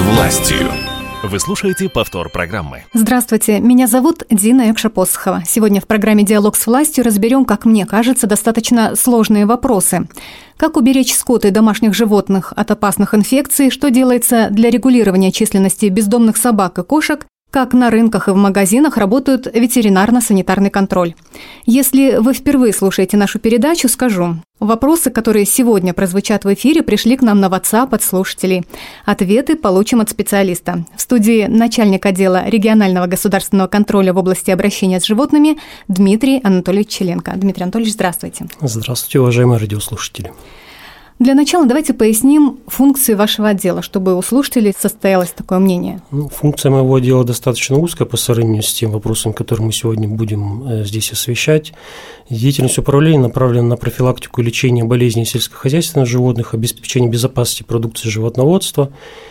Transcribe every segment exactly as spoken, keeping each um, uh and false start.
властью. Вы слушаете повтор программы. Здравствуйте, меня зовут Дина Экша-Посохова. Сегодня в программе «Диалог с властью» разберем, как мне кажется, достаточно сложные вопросы. Как уберечь скот и домашних животных от опасных инфекций, что делается для регулирования численности бездомных собак и кошек, как на рынках и в магазинах работает ветеринарно-санитарный контроль. Если вы впервые слушаете нашу передачу, скажу. Вопросы, которые сегодня прозвучат в эфире, пришли к нам на WhatsApp от слушателей. Ответы получим от специалиста. В студии начальник отдела регионального государственного контроля в области обращения с животными Дмитрий Анатольевич Челенко. Дмитрий Анатольевич, здравствуйте. Здравствуйте, уважаемые радиослушатели. Для начала давайте поясним функции вашего отдела, чтобы у слушателей состоялось такое мнение. Ну, функция моего отдела достаточно узкая по сравнению с тем вопросом, который мы сегодня будем здесь освещать. Деятельность управления направлена на профилактику и лечение болезней сельскохозяйственных животных, обеспечение безопасности продукции животноводства.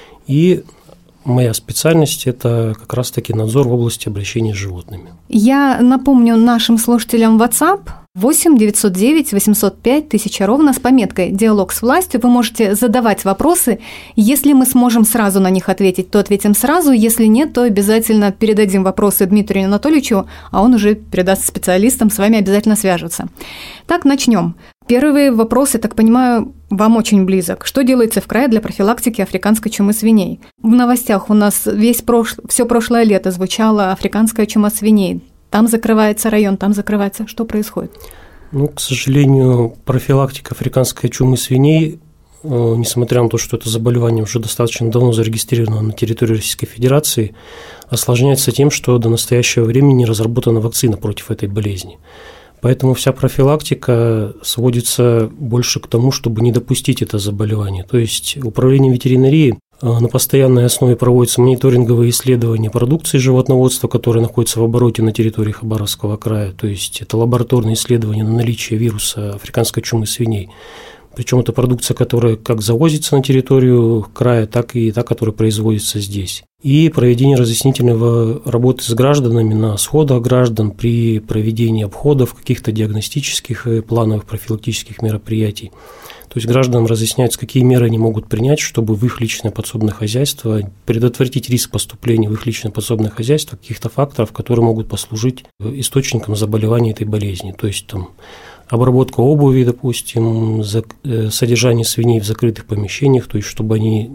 И моя специальность – это как раз-таки надзор в области обращения с животными. Я напомню нашим слушателям WhatsApp восемь девятьсот девять восемьсот пять тысяча ровно с пометкой «Диалог с властью». Вы можете задавать вопросы. Если мы сможем сразу на них ответить, то ответим сразу. Если нет, то обязательно передадим вопросы Дмитрию Анатольевичу, а он уже передаст специалистам, с вами обязательно свяжутся. Так, начнем. Первый вопрос, я так понимаю, вам очень близок. Что делается в крае для профилактики африканской чумы свиней? В новостях у нас весь прош... все прошлое лето звучала африканская чума свиней. Там закрывается район, там закрывается. Что происходит? Ну, к сожалению, профилактика африканской чумы свиней, несмотря на то, что это заболевание уже достаточно давно зарегистрировано на территории Российской Федерации, осложняется тем, что до настоящего времени не разработана вакцина против этой болезни. Поэтому вся профилактика сводится больше к тому, чтобы не допустить это заболевание. То есть управление ветеринарии на постоянной основе проводятся мониторинговые исследования продукции животноводства, которая находится в обороте на территории Хабаровского края. То есть это лабораторные исследования на наличие вируса африканской чумы свиней. Причем это продукция, которая как завозится на территорию края, так и та, которая производится здесь. И проведение разъяснительной работы с гражданами на сходах граждан при проведении обходов, каких-то диагностических и плановых профилактических мероприятий. То есть гражданам разъясняется, какие меры они могут принять, чтобы в их личное подсобное хозяйство предотвратить риск поступления в их личное подсобное хозяйство каких-то факторов, которые могут послужить источником заболевания этой болезни. То есть там обработка обуви, допустим, содержание свиней в закрытых помещениях, то есть чтобы они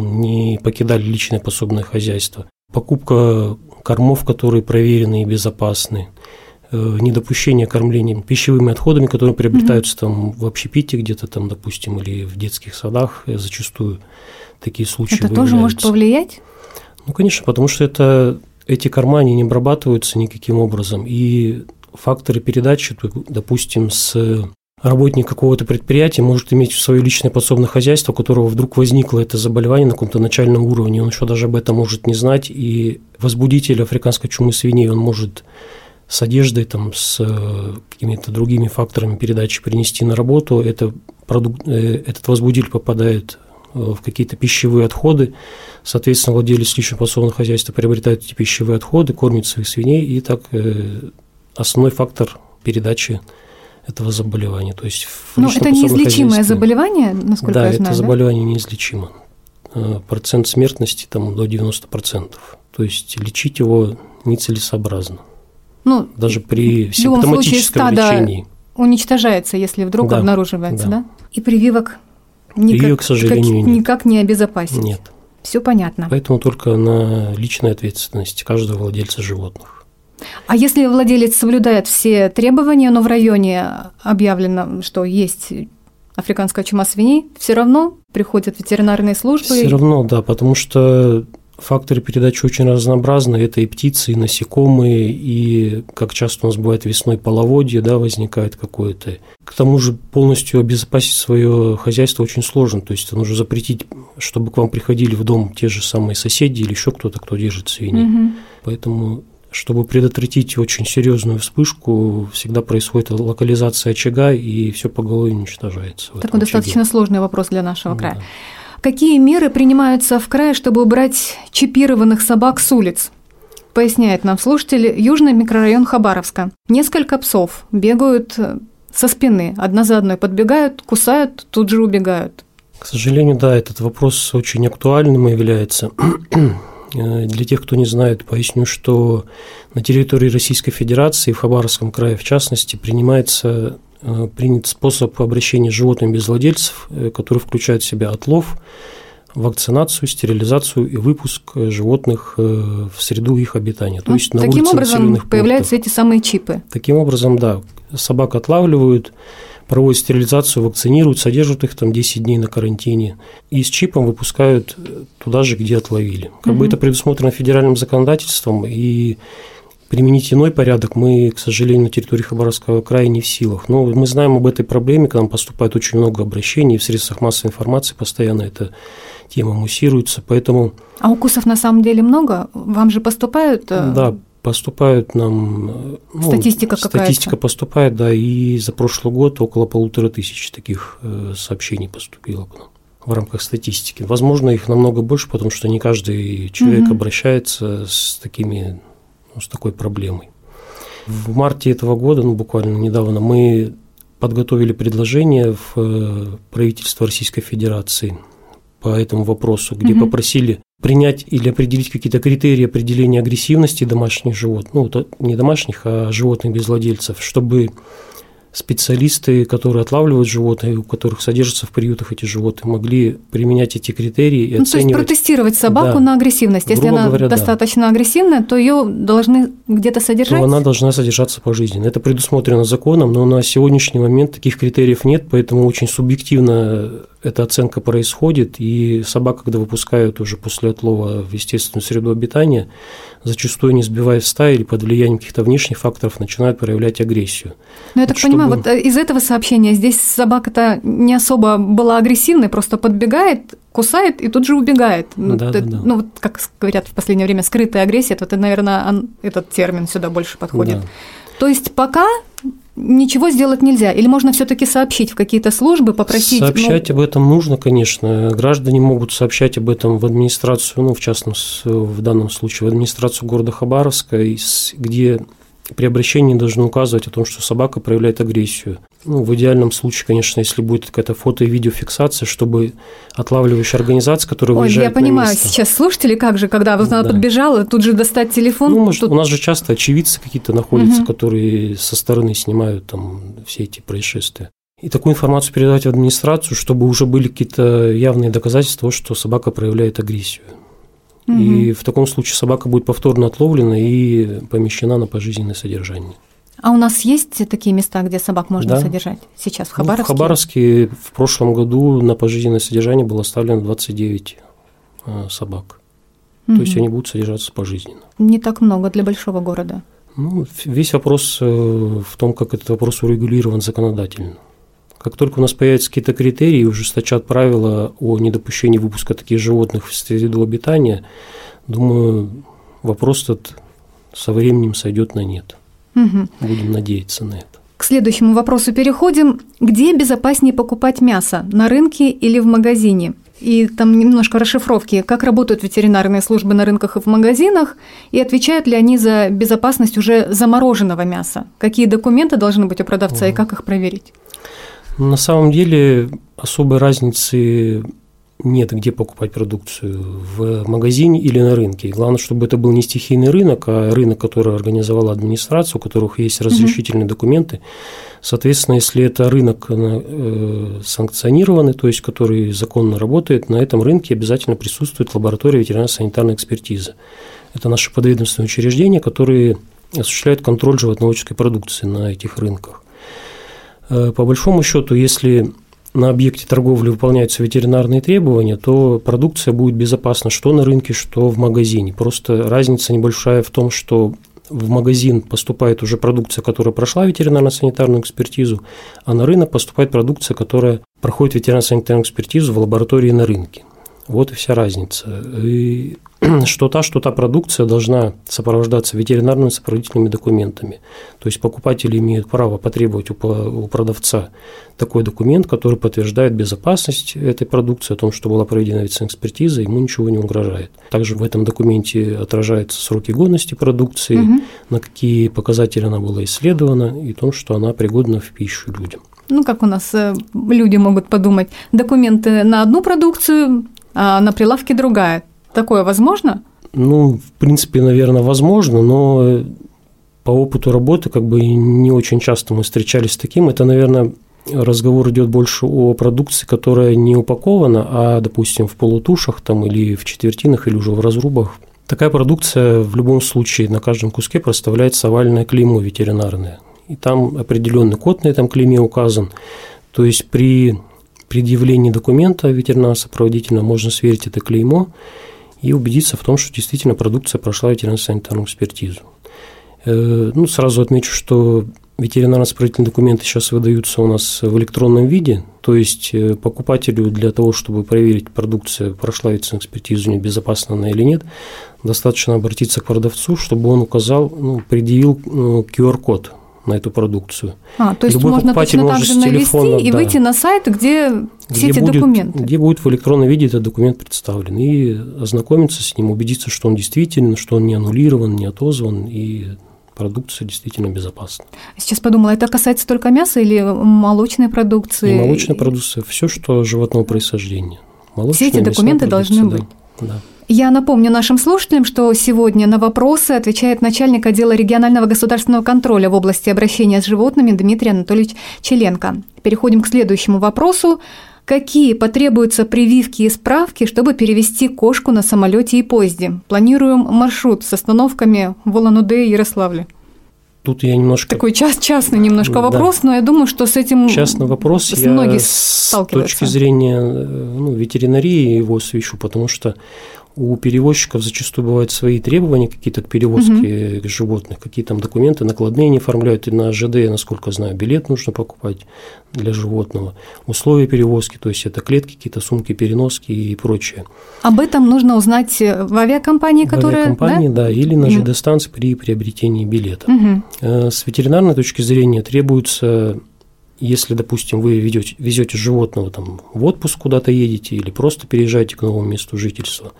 не покидали личное подсобное хозяйство, покупка кормов, которые проверены и безопасны, недопущение кормления пищевыми отходами, которые приобретаются mm-hmm. там в общепите где-то там, допустим, или в детских садах, зачастую такие случаи Это выявляются. тоже может повлиять? Ну, конечно, потому что это, эти корма, они не обрабатываются никаким образом, и факторы передачи, допустим, с работник какого-то предприятия может иметь свое личное подсобное хозяйство, у которого вдруг возникло это заболевание на каком-то начальном уровне, он еще даже об этом может не знать, и возбудитель африканской чумы свиней, он может с одеждой, там, с какими-то другими факторами передачи принести на работу, это продукт, этот возбудитель попадает в какие-то пищевые отходы, соответственно, владелец личного подсобного хозяйства приобретает эти пищевые отходы, кормит своих свиней, и так основной фактор передачи этого заболевания. То есть Но это неизлечимое заболевание, насколько да, я знаю, это да? заболевание неизлечимо. Процент смертности там до девяносто процентов. То есть лечить его нецелесообразно. Ну, даже при симптоматическом лечении. Уничтожается, если вдруг да, обнаруживается, да. да? И прививок, прививок никак, к сожалению, как, никак не обезопасить. Нет. Все понятно. Поэтому только на личной ответственности каждого владельца животных. А если владелец соблюдает все требования, но в районе объявлено, что есть африканская чума свиней, все равно приходят ветеринарные службы? Все равно, да, потому что факторы передачи очень разнообразны. Это и птицы, и насекомые, и, как часто у нас бывает весной, половодье, да, возникает какое-то. К тому же полностью обезопасить свое хозяйство очень сложно. То есть нужно запретить, чтобы к вам приходили в дом те же самые соседи или еще кто-то, кто держит свиней. Угу. Поэтому, чтобы предотвратить очень серьезную вспышку, всегда происходит локализация очага, и все поголовье уничтожается. Такой достаточно сложный вопрос для нашего края. Да. Какие меры принимаются в крае, чтобы убрать чипированных собак с улиц? Поясняет нам слушатель, южный микрорайон Хабаровска. Несколько псов бегают со спины, одна за одной подбегают, кусают, тут же убегают. К сожалению, да, этот вопрос очень актуальным является. Для тех, кто не знает, поясню, что на территории Российской Федерации, в Хабаровском крае в частности, принимается, принят способ обращения с животными без владельцев, который включает в себя отлов, вакцинацию, стерилизацию и выпуск животных в среду их обитания. То ну, есть на таким улице образом населенных появляются пунктов. Эти самые чипы. Таким образом, да, собак отлавливают, проводят стерилизацию, вакцинируют, содержат их там десять дней на карантине и с чипом выпускают туда же, где отловили. Как угу. бы это предусмотрено федеральным законодательством, и применить иной порядок мы, к сожалению, на территории Хабаровского края не в силах. Но мы знаем об этой проблеме, к нам поступает очень много обращений, в средствах массовой информации постоянно эта тема муссируется, поэтому… А укусов на самом деле много? Вам же поступают… Да, поступают нам… Ну, статистика какая-то? Статистика поступает, да, и за прошлый год около полутора тысяч таких сообщений поступило к нам в рамках статистики. Возможно, их намного больше, потому что не каждый человек угу. обращается с такими… с такой проблемой. В марте этого года, ну буквально недавно, мы подготовили предложение в правительство Российской Федерации по этому вопросу, где угу. попросили принять или определить какие-то критерии определения агрессивности домашних животных, ну не домашних, а животных без владельцев, чтобы специалисты, которые отлавливают животных, у которых содержатся в приютах эти животные, могли применять эти критерии и ну, оценивать. То есть протестировать собаку да. на агрессивность. Если Грубо она говоря, достаточно да. агрессивная, то ее должны где-то содержать? То она должна содержаться пожизненно. Это предусмотрено законом, но на сегодняшний момент таких критериев нет, поэтому очень субъективно эта оценка происходит, и собак, когда выпускают уже после отлова в естественную среду обитания, зачастую, не сбивая в стаи или под влиянием каких-то внешних факторов, начинают проявлять агрессию. Ну, я так Чтобы... понимаю, вот из этого сообщения здесь собака-то не особо была агрессивной, просто подбегает, кусает и тут же убегает. Ну, да, это, да, да. ну вот как говорят в последнее время, скрытая агрессия, это, наверное, этот термин сюда больше подходит. Да. То есть пока ничего сделать нельзя? Или можно все-таки сообщить в какие-то службы, попросить… Сообщать ну... об этом нужно, конечно. Граждане могут сообщать об этом в администрацию, ну, в частном, в данном случае, в администрацию города Хабаровска, где при обращении должны указывать о том, что собака проявляет агрессию. Ну, в идеальном случае, конечно, если будет какая-то фото- и видеофиксация, чтобы отлавливающая организация, которая Ой, выезжает я понимаю, на место… сейчас слушатели как же, когда вот она да. подбежала, тут же достать телефон… Ну, может, тут... у нас же часто очевидцы какие-то находятся, угу. которые со стороны снимают там все эти происшествия. И такую информацию передавать в администрацию, чтобы уже были какие-то явные доказательства, что собака проявляет агрессию. Угу. И в таком случае собака будет повторно отловлена и помещена на пожизненное содержание. А у нас есть такие места, где собак можно да. содержать сейчас в Хабаровске? Ну, в Хабаровске в прошлом году на пожизненное содержание было оставлено двадцать девять собак. Угу. То есть они будут содержаться пожизненно. Не так много для большого города. Ну, весь вопрос в том, как этот вопрос урегулирован законодательно. Как только у нас появятся какие-то критерии, ужесточат правила о недопущении выпуска таких животных в среду обитания, думаю, вопрос этот со временем сойдет на нет. Угу. Будем надеяться на это. К следующему вопросу переходим. Где безопаснее покупать мясо? На рынке или в магазине? И там немножко расшифровки, как работают ветеринарные службы на рынках и в магазинах, и отвечают ли они за безопасность уже замороженного мяса? Какие документы должны быть у продавца угу. и как их проверить? На самом деле особой разницы нет, где покупать продукцию, в магазине или на рынке. И главное, чтобы это был не стихийный рынок, а рынок, который организовала администрация, у которых есть разрешительные mm-hmm. документы. Соответственно, если это рынок э, санкционированный, то есть который законно работает, на этом рынке обязательно присутствует лаборатория ветеринарно-санитарной экспертизы. Это наши подведомственные учреждения, которые осуществляют контроль животноводческой продукции на этих рынках. Э, по большому счету, если на объекте торговли выполняются ветеринарные требования, то продукция будет безопасна что на рынке, что в магазине. Просто разница небольшая в том, что в магазин поступает уже продукция, которая прошла ветеринарно-санитарную экспертизу, а на рынок поступает продукция, которая проходит ветеринарно-санитарную экспертизу в лаборатории на рынке. Вот и вся разница. И что та, что та продукция должна сопровождаться ветеринарными сопроводительными документами. То есть покупатели имеют право потребовать у продавца такой документ, который подтверждает безопасность этой продукции, о том, что была проведена ветеринарная экспертиза, ему ничего не угрожает. Также в этом документе отражаются сроки годности продукции, угу. на какие показатели она была исследована, и то, что она пригодна в пищу людям. ну, как у нас люди могут подумать, документы на одну продукцию, а на прилавке другая. Такое возможно? Ну, в принципе, наверное, возможно, но по опыту работы как бы не очень часто мы встречались с таким. Это, наверное, разговор идет больше о продукции, которая не упакована, а, допустим, в полутушах там, или в четвертинах, или уже в разрубах. Такая продукция в любом случае на каждом куске проставляется овальное клеймо ветеринарное. И там определенный код на этом клейме указан. То есть при предъявлении документа ветеринарно-сопроводительного можно сверить это клеймо и убедиться в том, что действительно продукция прошла ветеринарно-санитарную экспертизу. Ну, сразу отмечу, что ветеринарно-сопроводительные документы сейчас выдаются у нас в электронном виде, то есть покупателю для того, чтобы проверить, продукция прошла ветеринарную экспертизу, безопасна она или нет, достаточно обратиться к продавцу, чтобы он указал, ну, предъявил ку ар код на эту продукцию. А, то есть любой можно точно так же навести телефона, и да, выйти на сайт, где, где все эти будет, документы. Где будет в электронном виде этот документ представлен, и ознакомиться с ним, убедиться, что он действительно, что он не аннулирован, не отозван, и продукция действительно безопасна. Сейчас подумала, это касается только мяса или молочной продукции? И молочная продукция, все, что животного происхождения. Молочная, все эти документы должны быть. Да, да. Я напомню нашим слушателям, что сегодня на вопросы отвечает начальник отдела регионального государственного контроля в области обращения с животными Дмитрий Анатольевич Челенко. Переходим к следующему вопросу. Какие потребуются прививки и справки, чтобы перевести кошку на самолете и поезде? Планируем маршрут с остановками в Улан-Удэ и Ярославле. Тут я немножко… Такой час, частный немножко вопрос, да, но я думаю, что с этим частный вопрос многие я сталкиваются. С точки зрения, ну, ветеринарии его освещу, потому что у перевозчиков зачастую бывают свои требования какие-то к перевозке угу. животных, какие там документы, накладные не оформляют, и на ЖД, насколько знаю, билет нужно покупать для животного, условия перевозки, то есть это клетки, какие-то сумки, переноски и прочее. Об этом нужно узнать в авиакомпании, которая… В авиакомпании, да, да, или на угу. ЖД-станции при приобретении билета. Угу. С ветеринарной точки зрения требуется… Если, допустим, вы ведете, везете животного там, в отпуск куда-то едете или просто переезжаете к новому месту жительства,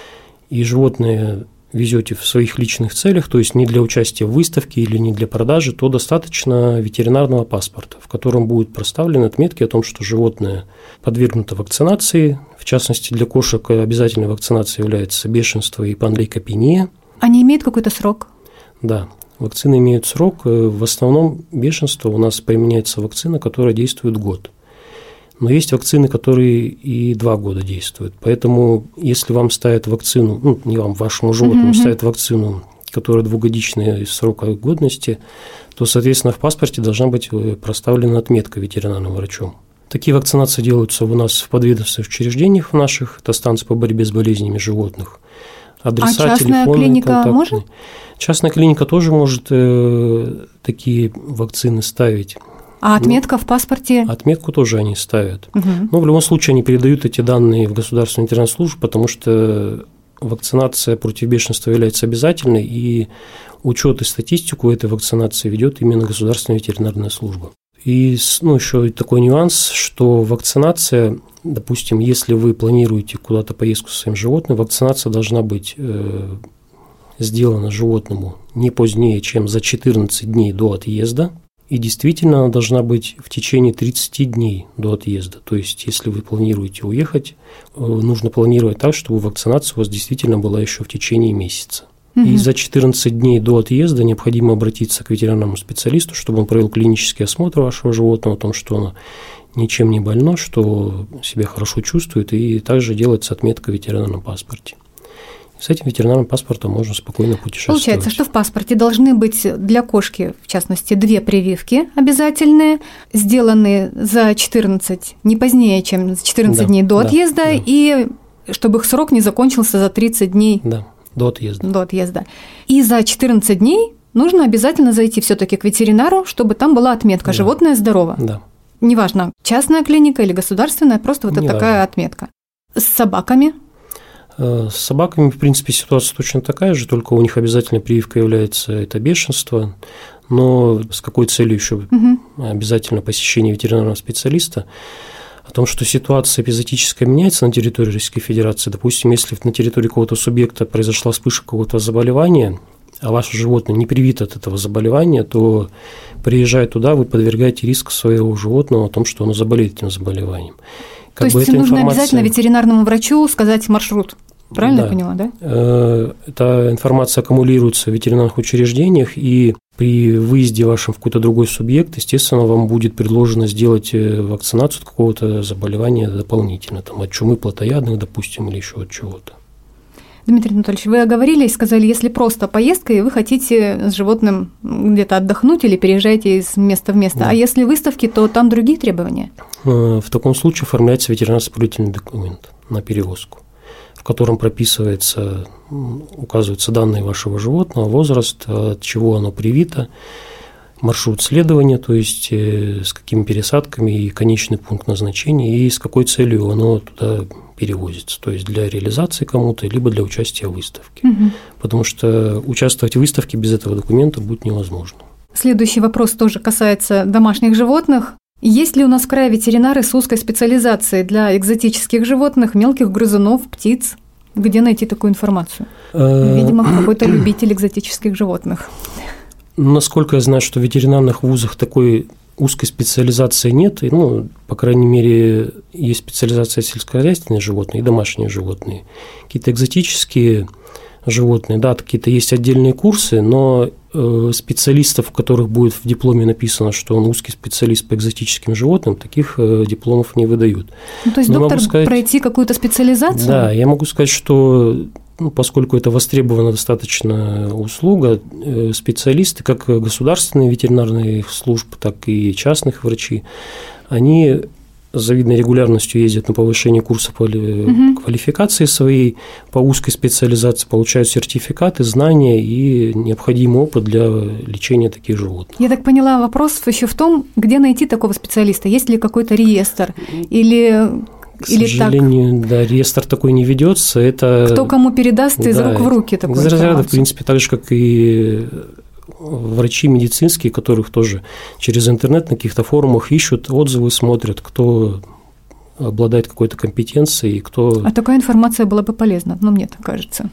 и животное везете в своих личных целях, то есть не для участия в выставке или не для продажи, то достаточно ветеринарного паспорта, в котором будут проставлены отметки о том, что животное подвергнуто вакцинации. В частности, для кошек обязательной вакцинацией является бешенство и панлейкопения. Они имеют какой-то срок? Да. Вакцины имеют срок. В основном бешенство у нас применяется вакцина, которая действует год. Но есть вакцины, которые и два года действуют. Поэтому, если вам ставят вакцину, ну, не вам, вашему животному mm-hmm. ставят вакцину, которая двухгодичная срока годности, то, соответственно, в паспорте должна быть проставлена отметка ветеринарным врачом. Такие вакцинации делаются у нас в подведомственных учреждениях в наших, это станции по борьбе с болезнями животных. Адреса, а частная телефоны, клиника контактные. может? Частная клиника тоже может э, такие вакцины ставить. А отметка ну, в паспорте? Отметку тоже они ставят. Угу. Но в любом случае они передают эти данные в государственную ветеринарную службу, потому что вакцинация против бешенства является обязательной, и учет и статистику этой вакцинации ведет именно государственная ветеринарная служба. И ну, еще такой нюанс, что вакцинация, допустим, если вы планируете куда-то поездку со своим животным, вакцинация должна быть э, сделана животному не позднее, чем за четырнадцать дней до отъезда, и действительно она должна быть в течение тридцати дней до отъезда. То есть, если вы планируете уехать, э, нужно планировать так, чтобы вакцинация у вас действительно была еще в течение месяца. И за четырнадцать дней до отъезда необходимо обратиться к ветеринарному специалисту, чтобы он провел клинический осмотр вашего животного, о том, что оно ничем не больно, что себя хорошо чувствует, и также делается отметка в ветеринарном паспорте. С этим ветеринарным паспортом можно спокойно путешествовать. Получается, что в паспорте должны быть для кошки, в частности, две прививки обязательные, сделанные за четырнадцать, не позднее, чем за четырнадцать да, дней до да, отъезда, да. И чтобы их срок не закончился за тридцать дней. Да. До отъезда. До отъезда. И за четырнадцать дней нужно обязательно зайти все-таки к ветеринару, чтобы там была отметка да. «Животное здорово». Да. Неважно, частная клиника или государственная, просто вот это такая отметка. С собаками? С собаками, в принципе, ситуация точно такая же, только у них обязательной прививкой является это бешенство, но с какой целью еще угу. обязательно посещение ветеринарного специалиста? О том, что ситуация эпизоотическая меняется на территории Российской Федерации. Допустим, если на территории какого-то субъекта произошла вспышка какого-то заболевания, а ваше животное не привито от этого заболевания, то, приезжая туда, вы подвергаете риску своего животного о том, что оно заболеет этим заболеванием. Как то есть нужно информация... обязательно ветеринарному врачу сказать маршрут? Правильно да. я поняла, да? Эта информация аккумулируется в ветеринарных учреждениях, и при выезде вашем в какой-то другой субъект, естественно, вам будет предложено сделать вакцинацию от какого-то заболевания дополнительно, там, от чумы плотоядных, допустим, или еще от чего-то. Дмитрий Анатольевич, вы оговорились, сказали, если просто поездка, и вы хотите с животным где-то отдохнуть или переезжаете из места в место, да. а если выставки, то там другие требования? В таком случае оформляется ветеринарно-сопроводительный документ на перевозку, в котором прописывается, указываются данные вашего животного, возраст, от чего оно привито, маршрут следования, то есть с какими пересадками и конечный пункт назначения, и с какой целью оно туда перевозится, то есть для реализации кому-то, либо для участия в выставке. Угу. Потому что участвовать в выставке без этого документа будет невозможно. Следующий вопрос тоже касается домашних животных. Есть ли у нас в крае ветеринары с узкой специализацией для экзотических животных, мелких грызунов, птиц? Где найти такую информацию? Видимо, какой-то любитель экзотических животных. Насколько я знаю, что в ветеринарных вузах такой узкой специализации нет, и, ну, по крайней мере, есть специализация сельскохозяйственные животные и домашние животные. Какие-то экзотические животные, да, какие-то есть отдельные курсы, но э, специалистов, у которых будет в дипломе написано, что он узкий специалист по экзотическим животным, таких э, дипломов не выдают. Ну, то есть но доктор сказать, пройти какую-то специализацию? Да, я могу сказать, что ну, поскольку это востребована достаточно услуга, э, специалисты, как государственные ветеринарные службы, так и частных врачи, они с завидной регулярностью ездят на повышение курса квалификации своей по узкой специализации, получают сертификаты, знания и необходимый опыт для лечения таких животных. Я так поняла, вопрос еще в том, где найти такого специалиста, есть ли какой-то реестр или… К Или сожалению, так. да, реестр такой не ведется. Это кто кому передаст из да, рук в руки такую из разряда, в принципе, так же, как и врачи медицинские, которых тоже через интернет на каких-то форумах ищут, отзывы смотрят, кто обладает какой-то компетенцией, кто… А такая информация была бы полезна, но мне так кажется.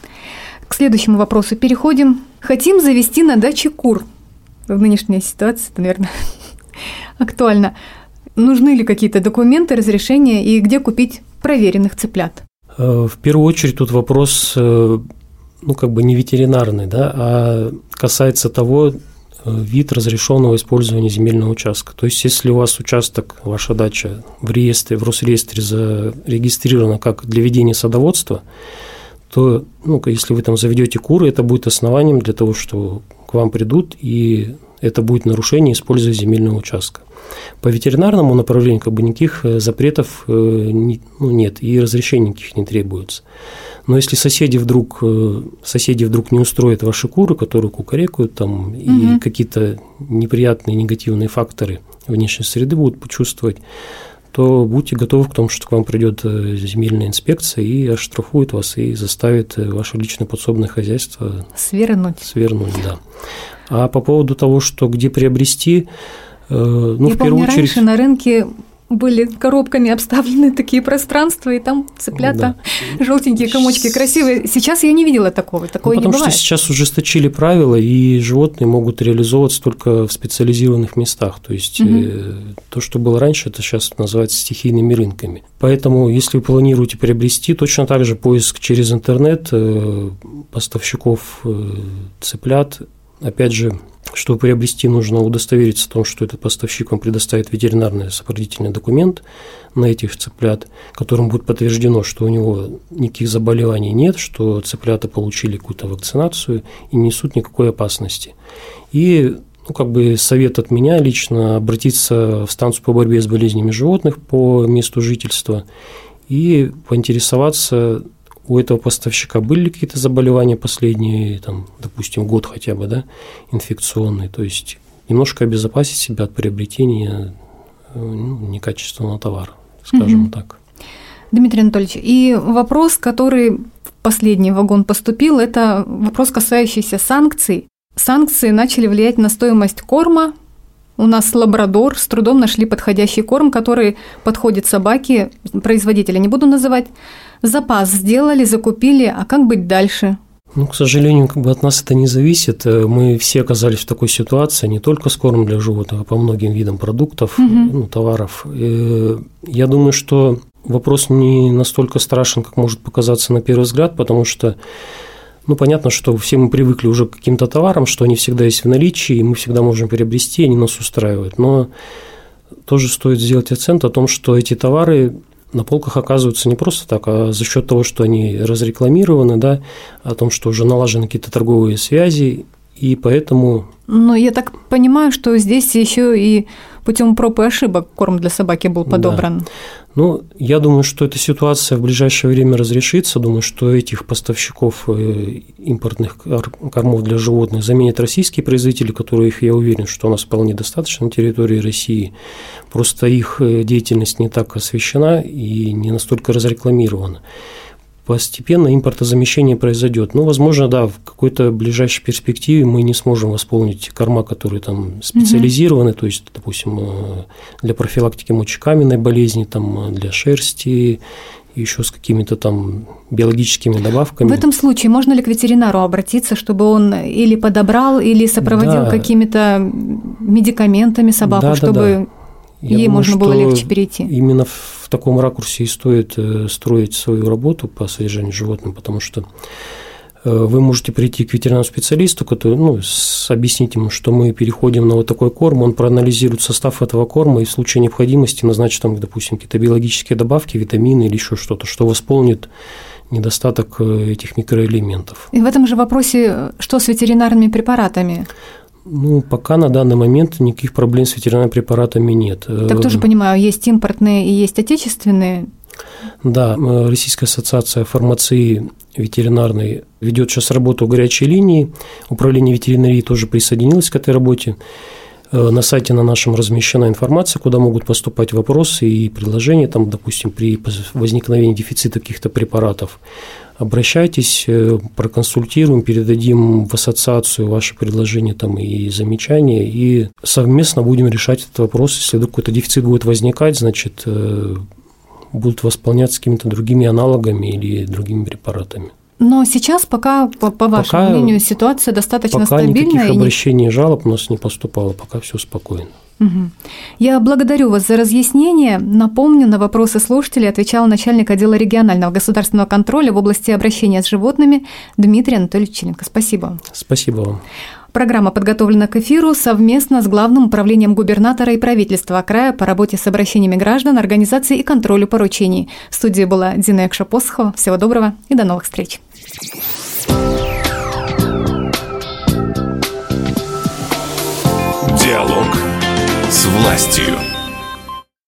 К следующему вопросу переходим. Хотим завести на даче кур. В нынешней ситуации это, наверное, актуально. Нужны ли какие-то документы, разрешения и где купить проверенных цыплят? В первую очередь тут вопрос, ну, как бы не ветеринарный, да, а касается того, вид разрешенного использования земельного участка. То есть, если у вас участок, ваша дача в реестре, в Росреестре зарегистрирована как для ведения садоводства, то, ну, если вы там заведете куры, это будет основанием для того, что к вам придут, и это будет нарушение использования земельного участка. По ветеринарному направлению как бы никаких запретов ну, нет, и разрешений никаких не требуется. Но если соседи вдруг, соседи вдруг не устроят ваши куры, которые кукарекают, там, угу. и какие-то неприятные негативные факторы внешней среды будут почувствовать, то будьте готовы к тому, что к вам придет земельная инспекция и оштрафует вас, и заставит ваше личное подсобное хозяйство свернуть. Свернуть, да. А по поводу того, что где приобрести, ну, Я в первую помню, очередь… раньше на рынке были коробками обставлены такие пространства, и там цыплята, да. желтенькие комочки, красивые. Сейчас я не видела такого, такого ну, не бывает. Потому что сейчас ужесточили правила, и животные могут реализовываться только в специализированных местах. То есть, угу. э, то, что было раньше, это сейчас называется стихийными рынками. Поэтому, если вы планируете приобрести, точно так же поиск через интернет э, поставщиков э, цыплят, опять же, чтобы приобрести, нужно удостовериться в том, что этот поставщик вам предоставит ветеринарный сопроводительный документ на этих цыплят, которым будет подтверждено, что у него никаких заболеваний нет, что цыплята получили какую-то вакцинацию и не несут никакой опасности. И ну, как бы совет от меня лично обратиться в станцию по борьбе с болезнями животных по месту жительства и поинтересоваться, у этого поставщика были какие-то заболевания последние, там, допустим, год хотя бы, да, инфекционные, то есть немножко обезопасить себя от приобретения ну, некачественного товара, скажем угу. так. Дмитрий Анатольевич, и вопрос, который в последний вагон поступил, это вопрос, касающийся санкций. Санкции начали влиять на стоимость корма. У нас лабрадор, с трудом нашли подходящий корм, который подходит собаке, производителя не буду называть. Запас сделали, закупили, а как быть дальше? Ну, к сожалению, как бы от нас это не зависит. Мы все оказались в такой ситуации, не только с кормом для животных, а по многим видам продуктов, угу. ну, товаров. И я думаю, что вопрос не настолько страшен, как может показаться на первый взгляд, потому что, ну, понятно, что все мы привыкли уже к каким-то товарам, что они всегда есть в наличии, и мы всегда можем приобрести, они нас устраивают. Но тоже стоит сделать акцент о том, что эти товары на полках оказываются не просто так, а за счет того, что они разрекламированы, да, о том, что уже налажены какие-то торговые связи, и поэтому… Ну, я так понимаю, что здесь еще и путем проб и ошибок корм для собаки был подобран. Да. Ну, я думаю, что эта ситуация в ближайшее время разрешится. Думаю, что этих поставщиков импортных кормов для животных заменят российские производители, которых, я уверен, что у нас вполне достаточно на территории России. Просто их деятельность не так освещена и не настолько разрекламирована. Постепенно импортозамещение произойдет. Ну, возможно, да, в какой-то ближайшей перспективе мы не сможем восполнить корма, которые там специализированы, угу. то есть, допустим, для профилактики мочекаменной болезни, там, для шерсти, еще с какими-то там биологическими добавками. В этом случае можно ли к ветеринару обратиться, чтобы он или подобрал, или сопроводил да. какими-то медикаментами собаку, да, чтобы… Да, да. Я ей думаю, можно было легче перейти. Именно в таком ракурсе и стоит строить свою работу по содержанию животных, потому что вы можете прийти к ветеринарному специалисту, который, ну, объяснить ему, что мы переходим на вот такой корм, он проанализирует состав этого корма и в случае необходимости назначит там, допустим, какие-то биологические добавки, витамины или еще что-то, что восполнит недостаток этих микроэлементов. И в этом же вопросе, что с ветеринарными препаратами? Ну, пока на данный момент никаких проблем с ветеринарными препаратами нет. Так тоже понимаю, есть импортные и есть отечественные? Да, Российская ассоциация фармации ветеринарной ведет сейчас работу горячей линии. Управление ветеринарии тоже присоединилось к этой работе. На сайте на нашем размещена информация, куда могут поступать вопросы и предложения, там, допустим, при возникновении дефицита каких-то препаратов. Обращайтесь, проконсультируем, передадим в ассоциацию ваши предложения там, и замечания, и совместно будем решать этот вопрос. Если вдруг какой-то дефицит будет возникать, значит, будут восполняться какими-то другими аналогами или другими препаратами. Но сейчас пока, по, по вашему пока, мнению, ситуация достаточно пока стабильная. Пока никаких обращений и жалоб у нас не поступало, пока все спокойно. Угу. Я благодарю вас за разъяснение. Напомню, на вопросы слушателей отвечал начальник отдела регионального государственного контроля в области обращения с животными Дмитрий Анатольевич Челенко. Спасибо. Спасибо вам. Программа подготовлена к эфиру совместно с Главным управлением губернатора и правительства края по работе с обращениями граждан, организации и контролю поручений. В студии была Дина Якша-Посохова. Всего доброго и до новых встреч. Диалог с властью.